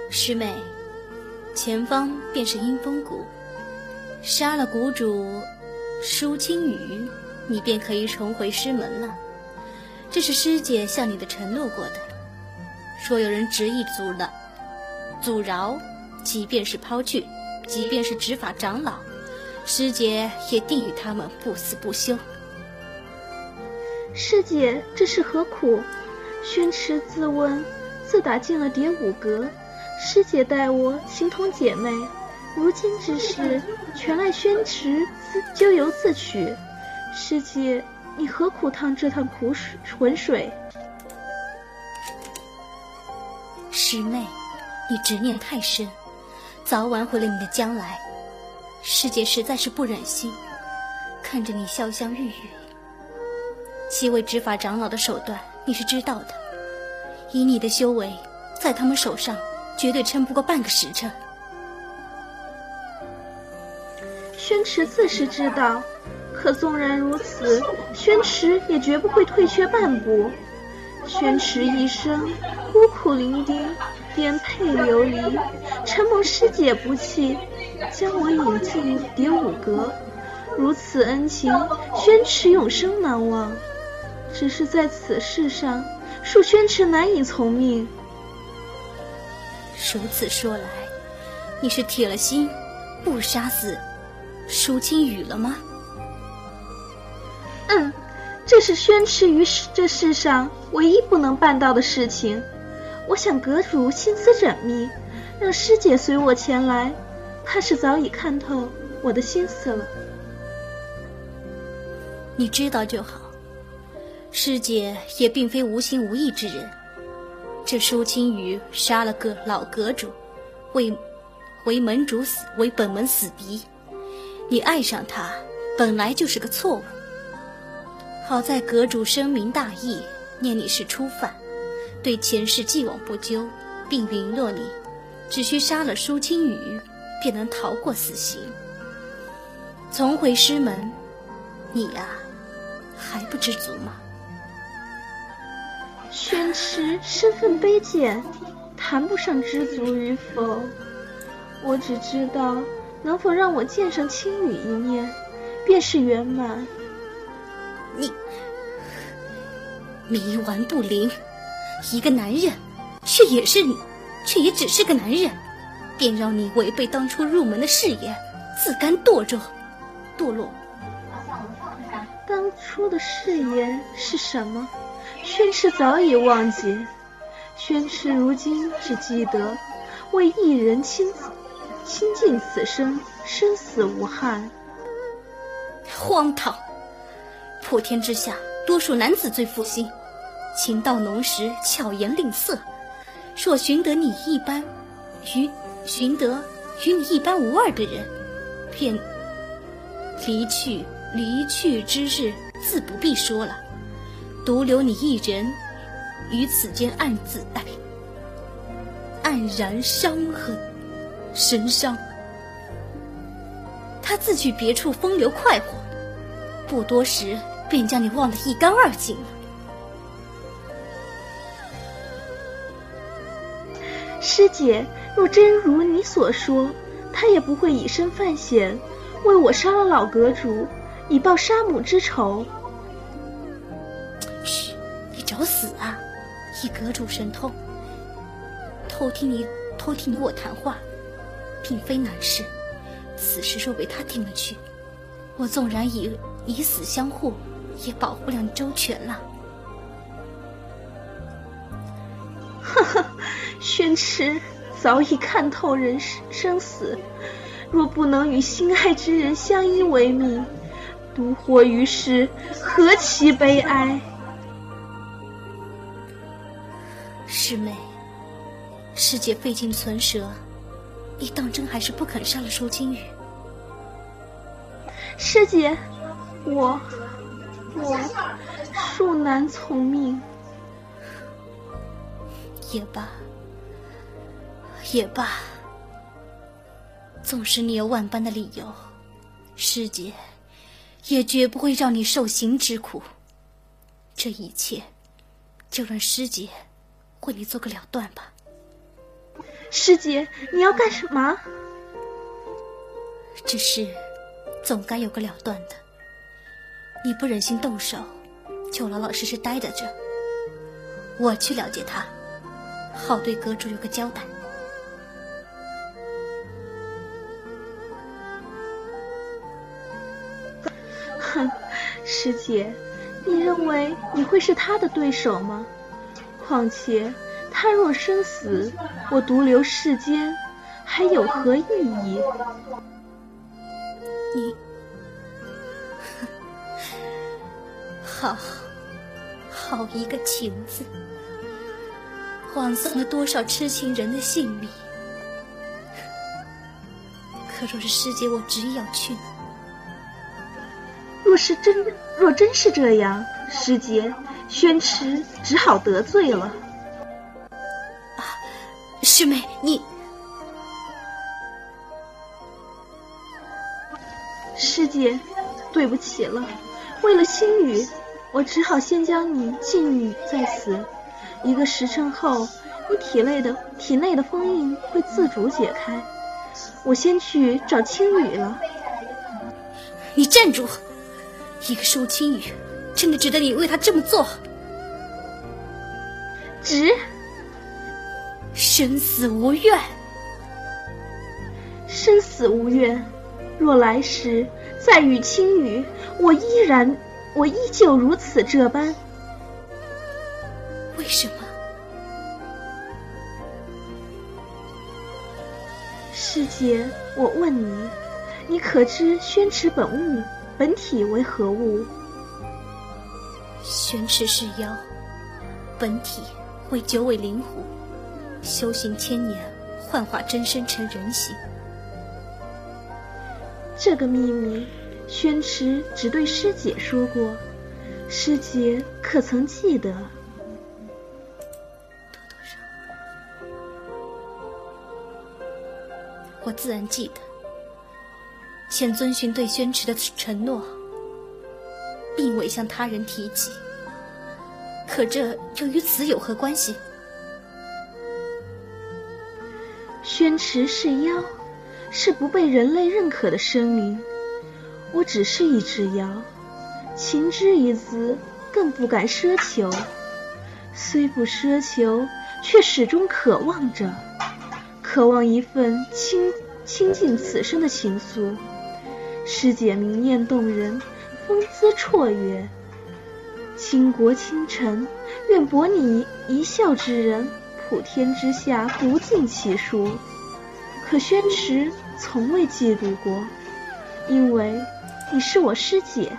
师妹，前方便是阴风谷，杀了谷主舒清雨，你便可以重回师门了。这是师姐向你的承诺过的，若有人执意阻挠，即便是抛去，即便是执法长老，师姐也定与他们不死不休。 师姐，这是何苦？宣池自问，自打进了蝶舞阁，师姐待我形同姐妹，如今之事全赖宣池咎由自取。师姐，你何苦趟这趟苦浑水？ 师妹，你执念太深，早晚毁了你的将来。师姐实在是不忍心看着你潇湘玉殒。7位执法长老的手段你是知道的，以你的修为，在他们手上绝对撑不过半个时辰。 宣池自是知道，可纵然如此，宣池也绝不会退却半步。宣池一生孤苦伶仃，颠沛流离，承蒙师姐不弃，将我引进蝶舞阁，如此恩情，宣池永生难忘。只是在此事上，恕宣池难以从命。 如此说来，你是铁了心不杀死舒清雨了吗？ 这是宣池于这世上唯一不能办到的事情。我想阁主心思缜密，让师姐随我前来，怕是早已看透我的心思了。 你知道就好，师姐也并非无心无意之人。这舒清雨杀了个老阁主，为本门死敌，你爱上他本来就是个错误。好在阁主深明大义，念你是初犯，对前世既往不咎，并允诺你只需杀了舒清雨，便能逃过死刑，重回师门。你呀，还不知足吗？ 宣池身份卑贱，谈不上知足与否。我只知道，能否让我见上清雨一面，便是圆满。 你冥顽不灵，一个男人，却也只是个男人，便让你违背当初入门的誓言，自甘堕落。 当初的誓言是什么？宣池早已忘记。宣池如今只记得为一人倾尽此生，生死无憾。 荒唐！破天之下，多数男子最负心，情到浓时，巧言令色。若寻得与你一般无二的人，便离去之日自不必说了。独留你一人于此间黯然伤痕神伤。他自去别处风流快活，不多时便将你忘得一干二净了。 师姐，若真如你所说，他也不会以身犯险，为我杀了老阁主，以报杀母之仇。 嘘，你找死啊！以阁主神通，偷听你我谈话，并非难事。此事若被他听了去，我纵然以死相护，也保护了你周全了。 呵呵，宣池早已看透人生死，若不能与心爱之人相依为命，独活于世，何其悲哀！ 师妹，师姐费尽唇舌，你当真还是不肯杀了舒清雨？ 师姐，我恕难从命。 也罢，纵使你有万般的理由，师姐也绝不会让你受刑之苦。这一切就让师姐为你做个了断吧。 师姐，你要干什么？ 只是总该有个了断的。你不忍心动手，就老老实实待在这，我去了解他，好对阁主有个交代。 哼，师姐，你认为你会是他的对手吗？况且他若生死，我独留世间，还有何意义？ 你好一个情字，枉送了多少痴情人的性命。可若是师姐我执意要去呢？ 若真是这样，师姐，宣池只好得罪了。 啊，师妹，你…… 师姐，对不起了，为了星宇，我只好先将你禁语在此。1个时辰后，你体内的封印会自主解开。我先去找青羽了。 你站住！一个舒青羽，真的值得你为他这么做？ 值。 生死无怨。 生死无怨。若来时再遇青羽，我依旧如此这般。 为什么？ 师姐，我问你，你可知宣池本体为何物？ 宣池是妖，本体为9尾灵狐，修行1000年，幻化真身成人形。 这个秘密，宣池只对师姐说过，师姐可曾记得？ 我自然记得，且遵循对宣池的承诺，并未向他人提起。可这又与此有何关系？ 宣池是妖，是不被人类认可的生灵。我只是一只妖，情之一字更不敢奢求。虽不奢求，却始终渴望着，渴望一份倾尽此生的情愫。师姐明艳动人，风姿绰约，倾国倾城，愿博你一笑之人，普天之下不尽其数。可宣池从未嫉妒过，因为你是我师姐。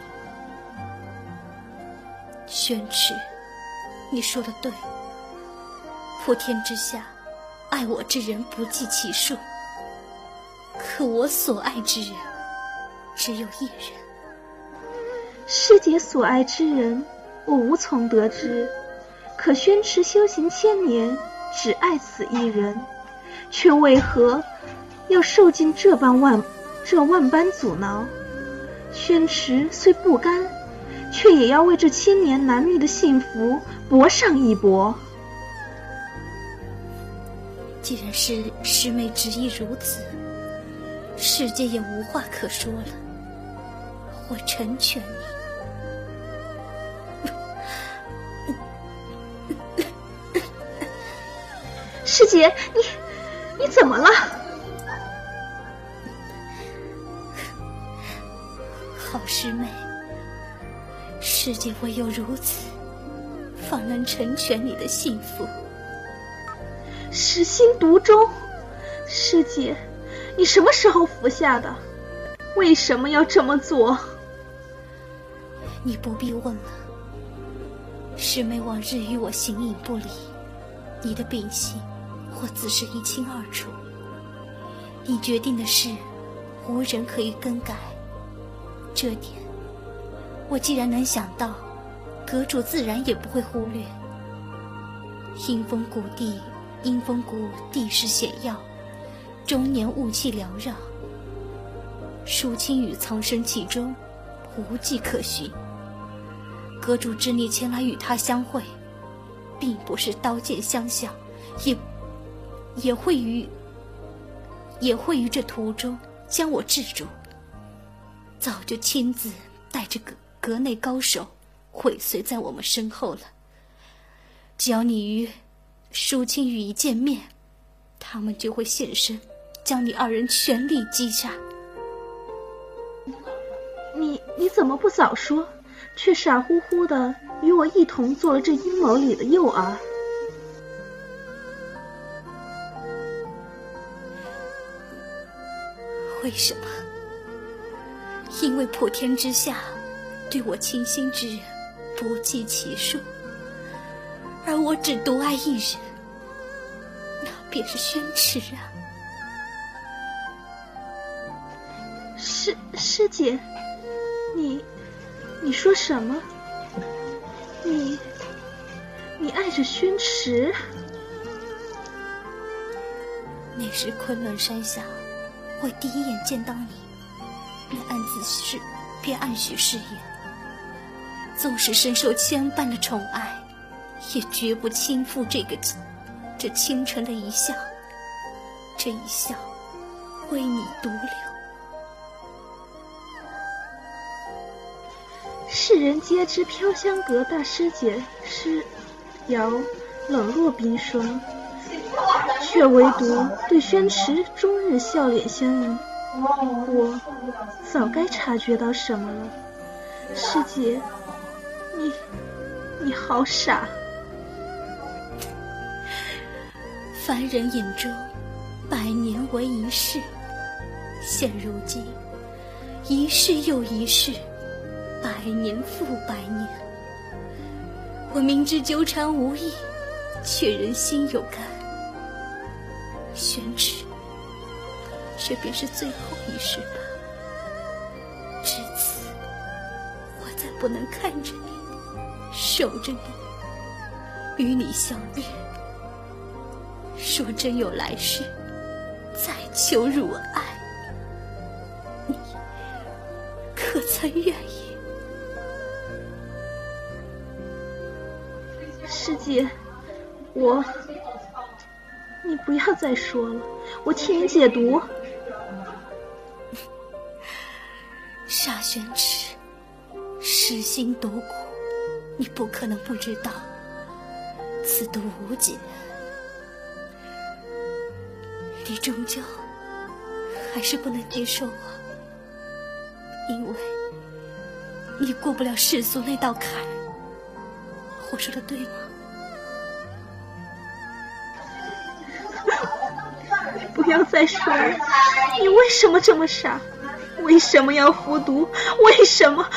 宣池，你说的对，普天之下爱我之人不计其数，可我所爱之人只有一人。 师姐所爱之人，我无从得知。可宣池修行1000年，只爱此一人，却为何要受尽这万般阻挠？宣池虽不甘，却也要为这1000年难觅的幸福搏上一搏。 既然是师妹执意如此，世界也无话可说了，我成全你。 师姐，你怎么了？ 好师妹，世界唯有如此，方能成全你的幸福。 失心独钟，师姐，你什么时候服下的？为什么要这么做？ 你不必问了。师妹往日与我形影不离，你的秉性我自是一清二楚。你决定的事，无人可以更改。这点，我既然能想到，阁主自然也不会忽略。阴风谷地势险要，终年雾气缭绕，舒青羽藏身其中，无迹可寻。阁主知你前来与他相会，并不是刀剑相向， 也会于这途中将我制住，早就亲自带着阁内高手尾随在我们身后了。只要你与舒清玉一见面，他们就会现身，将你二人全力击杀。 你怎么不早说，却傻乎乎的与我一同做了这阴谋里的诱饵？ 为什么？因为普天之下对我倾心之人不计其数，而我只独爱一人，那便是宣池啊。 师姐，你说什么？你爱着宣池？ 那时昆仑山下，我第一眼见到你，便暗许誓言，纵使深受千般的宠爱，也绝不轻负这倾城的一笑。这一笑，为你独留。 世人皆知飘香阁大师姐是瑶冷若冰霜，却唯独对宣池终日笑脸相迎。我早该察觉到什么了。师姐，你好傻。 凡人眼中百年为一世，现如今一世又一世，百年复百年。我明知纠缠无益，却仍心有干。宣池，这便是最后一世吧。至此，我再不能看着你，守着你，与你相恋。若真有来世，再求汝爱，你可曾愿意？ 师姐，你不要再说了，我替你解毒。 杀宣池，噬心夺骨，你不可能不知道，此毒无解。你终究还是不能接受我，因为你过不了世俗那道坎。我说的对吗？ 不要再说了，你为什么这么傻？为什么要服毒？为什么？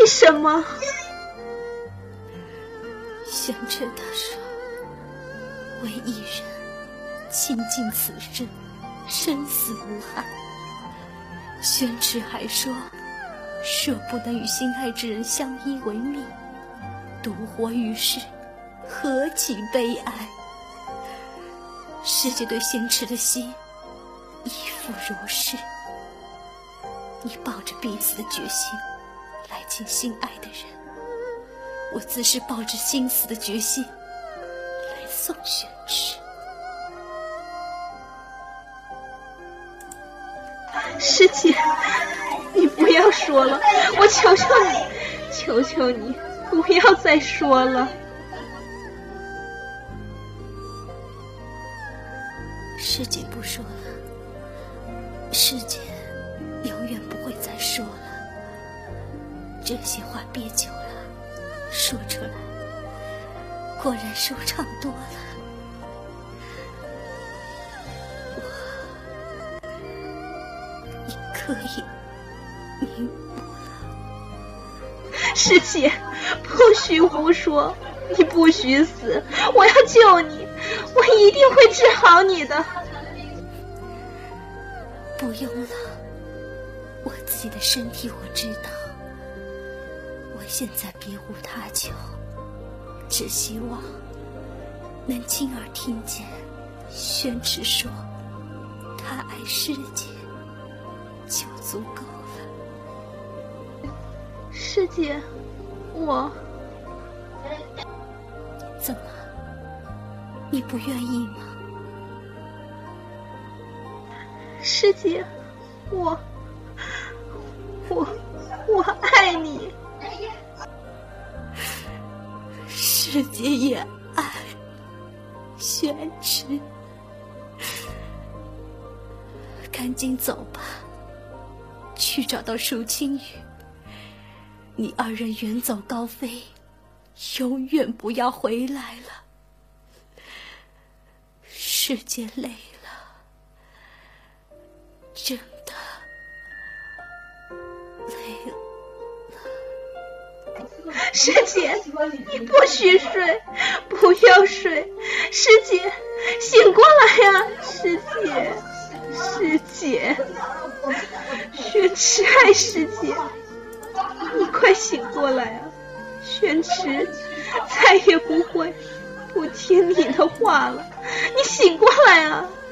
宣池大说，为一人倾尽此生，生死无憾。宣池还说，若不能与心爱之人相依为命，独活于世，何其悲哀！师姐对宣池的心亦复如是。你抱着彼此的决心来见心爱的人，我自是抱着心死的决心来送宣池。 师姐，你不要说了，我求求你，不要再说了。 师姐不说了，师姐永远不会再说了。这些话憋久了，说出来果然舒畅多了。你可以明白了。 师姐，不许胡说，你不许死，我要救你，我一定会治好你的。 不用了，我自己的身体我知道。我现在别无他求，只希望能亲耳听见宣池说他爱师姐，就足够了。 师姐，我怎么，你不愿意吗？ 师姐，我爱你。 师姐也爱宣池，赶紧走吧，去找到舒清雨。你二人远走高飞，永远不要回来了。师姐累了，真的累了。 师姐，你不许睡，不要睡，师姐，醒过来呀！师姐，师姐，宣池爱师姐，你快醒过来啊！宣池再也不会不听你的话了，你醒过来啊！